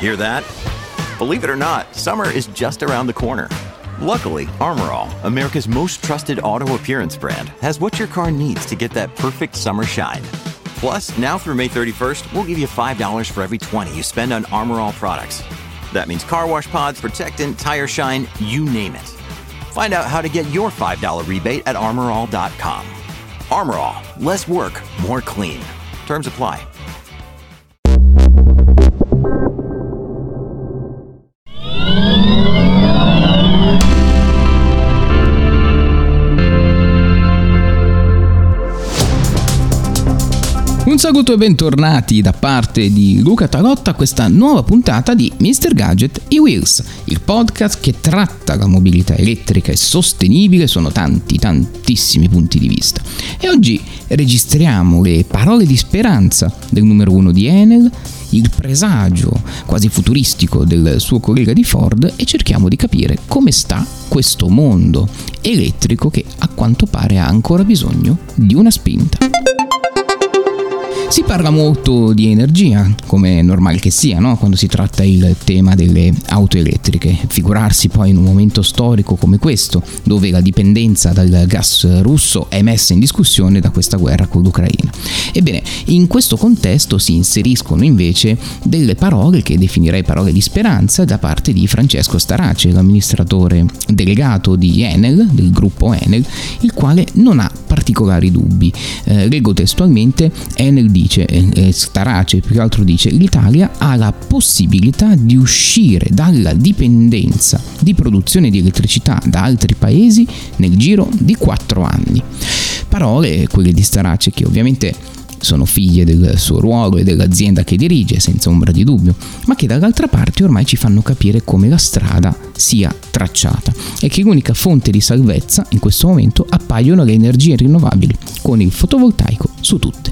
Hear that? Believe it or not, summer is just around the corner. Luckily, Armor All, America's most trusted auto appearance brand, has what your car needs to get that perfect summer shine. Plus, now through May 31st, we'll give you $5 for every $20 you spend on Armor All products. That means car wash pods, protectant, tire shine, you name it. Find out how to get your $5 rebate at armorall.com. Armor All, less work, more clean. Terms apply. Un saluto e bentornati da parte di Luca Tarotta a questa nuova puntata di Mr. Gadget e-Wheels, il podcast che tratta la mobilità elettrica e sostenibile sono tantissimi punti di vista. E oggi registriamo le parole di speranza del numero 1 di Enel, il presagio quasi futuristico del suo collega di Ford e cerchiamo di capire come sta questo mondo elettrico che a quanto pare ha ancora bisogno di una spinta. Si parla molto di energia, come è normale che sia, no? Quando si tratta il tema delle auto elettriche. Figurarsi poi in un momento storico come questo, dove la dipendenza dal gas russo è messa in discussione da questa guerra con l'Ucraina. Ebbene, in questo contesto si inseriscono invece delle parole che definirei parole di speranza da parte di Francesco Starace, l'amministratore delegato di Enel, del gruppo Enel, il quale non ha particolari dubbi. Leggo testualmente, Enel dice, Starace più che altro dice, l'Italia ha la possibilità di uscire dalla dipendenza di produzione di elettricità da altri paesi nel giro di 4 anni. Parole, quelle di Starace, che ovviamente sono figlie del suo ruolo e dell'azienda che dirige, senza ombra di dubbio, ma che dall'altra parte ormai ci fanno capire come la strada sia tracciata e che l'unica fonte di salvezza in questo momento appaiono le energie rinnovabili, con il fotovoltaico su tutte.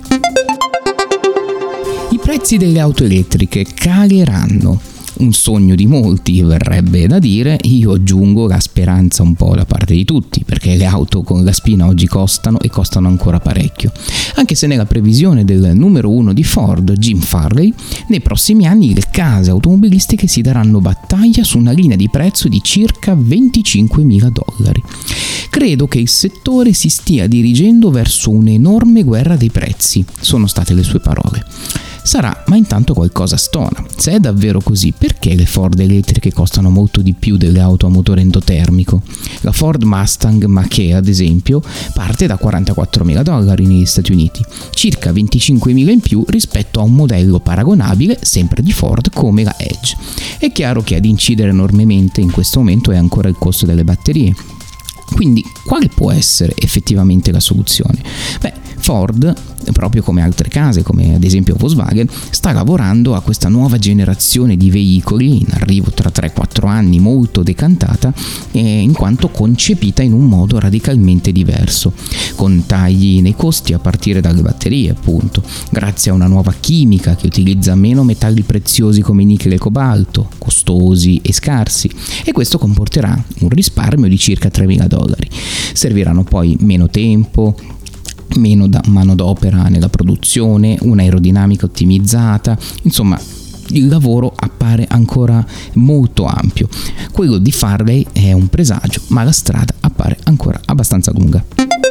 I prezzi delle auto elettriche caleranno. Un sogno di molti, verrebbe da dire. Io aggiungo la speranza un po' da parte di tutti, perché le auto con la spina oggi costano e costano ancora parecchio. Anche se nella previsione del numero 1 di Ford, Jim Farley, nei prossimi anni le case automobilistiche si daranno battaglia su una linea di prezzo di circa $25.000. Credo che il settore si stia dirigendo verso un'enorme guerra dei prezzi, sono state le sue parole. Sarà, ma intanto qualcosa stona. Se è davvero così, perché le Ford elettriche costano molto di più delle auto a motore endotermico? La Ford Mustang Mach-E, ad esempio, parte da $44.000 negli Stati Uniti, circa $25.000 in più rispetto a un modello paragonabile, sempre di Ford, come la Edge. È chiaro che ad incidere enormemente in questo momento è ancora il costo delle batterie. Quindi, quale può essere effettivamente la soluzione? Ford, proprio come altre case, come ad esempio Volkswagen, sta lavorando a questa nuova generazione di veicoli, in arrivo tra 3-4 anni, molto decantata, in quanto concepita in un modo radicalmente diverso, con tagli nei costi a partire dalle batterie, appunto, grazie a una nuova chimica che utilizza meno metalli preziosi come nichel e cobalto, costosi e scarsi, e questo comporterà un risparmio di circa $3.000. Serviranno poi meno tempo, meno manodopera nella produzione, un'aerodinamica ottimizzata, insomma il lavoro appare ancora molto ampio. Quello di Farley è un presagio, ma la strada appare ancora abbastanza lunga.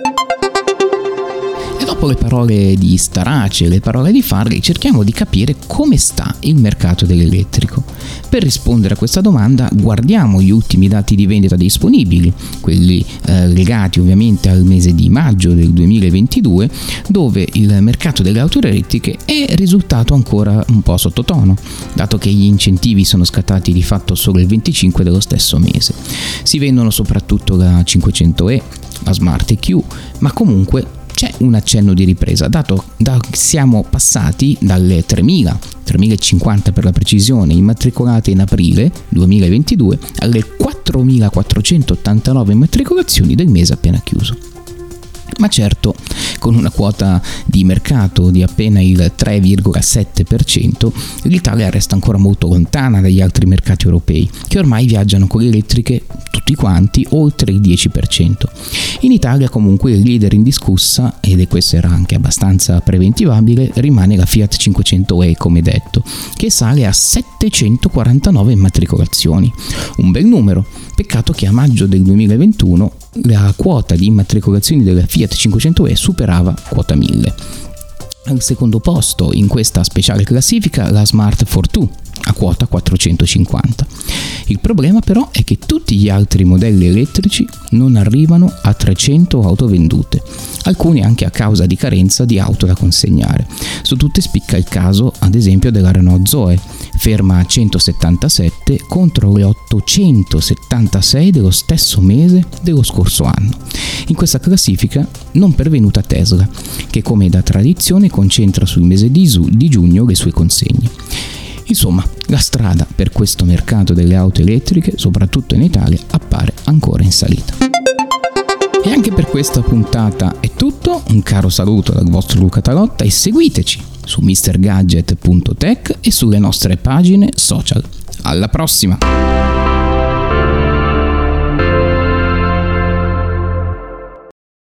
E dopo le parole di Starace e le parole di Farley cerchiamo di capire come sta il mercato dell'elettrico. Per rispondere a questa domanda guardiamo gli ultimi dati di vendita disponibili, quelli legati ovviamente al mese di maggio del 2022, dove il mercato delle auto elettriche è risultato ancora un po' sottotono, dato che gli incentivi sono scattati di fatto solo il 25 dello stesso mese. Si vendono soprattutto la 500e, la Smart EQ, ma comunque c'è un accenno di ripresa, dato che siamo passati dalle 3.050 per la precisione immatricolate in aprile 2022 alle 4.489 immatricolazioni del mese appena chiuso. Ma certo, con una quota di mercato di appena il 3,7%, l'Italia resta ancora molto lontana dagli altri mercati europei, che ormai viaggiano con le elettriche tutti tutti quanti oltre il 10%. In Italia comunque il leader indiscussa, ed questo era anche abbastanza preventivabile, rimane la Fiat 500e, come detto, che sale a 749 immatricolazioni. Un bel numero, peccato che a maggio del 2021 la quota di immatricolazioni della Fiat 500e superava quota 1000. Al secondo posto in questa speciale classifica la Smart Fortwo a quota 450. Il problema però è che tutti gli altri modelli elettrici non arrivano a 300 auto vendute, alcuni anche a causa di carenza di auto da consegnare. Su tutte spicca il caso ad esempio della Renault Zoe, ferma a 177 contro le 876 dello stesso mese dello scorso anno. In questa classifica non pervenuta Tesla, che come da tradizione concentra sul mese di giugno le sue consegne. Insomma, la strada per questo mercato delle auto elettriche, soprattutto in Italia, appare ancora in salita. E anche per questa puntata è tutto, un caro saluto dal vostro Luca Talotta e seguiteci su mrgadget.tech e sulle nostre pagine social. Alla prossima!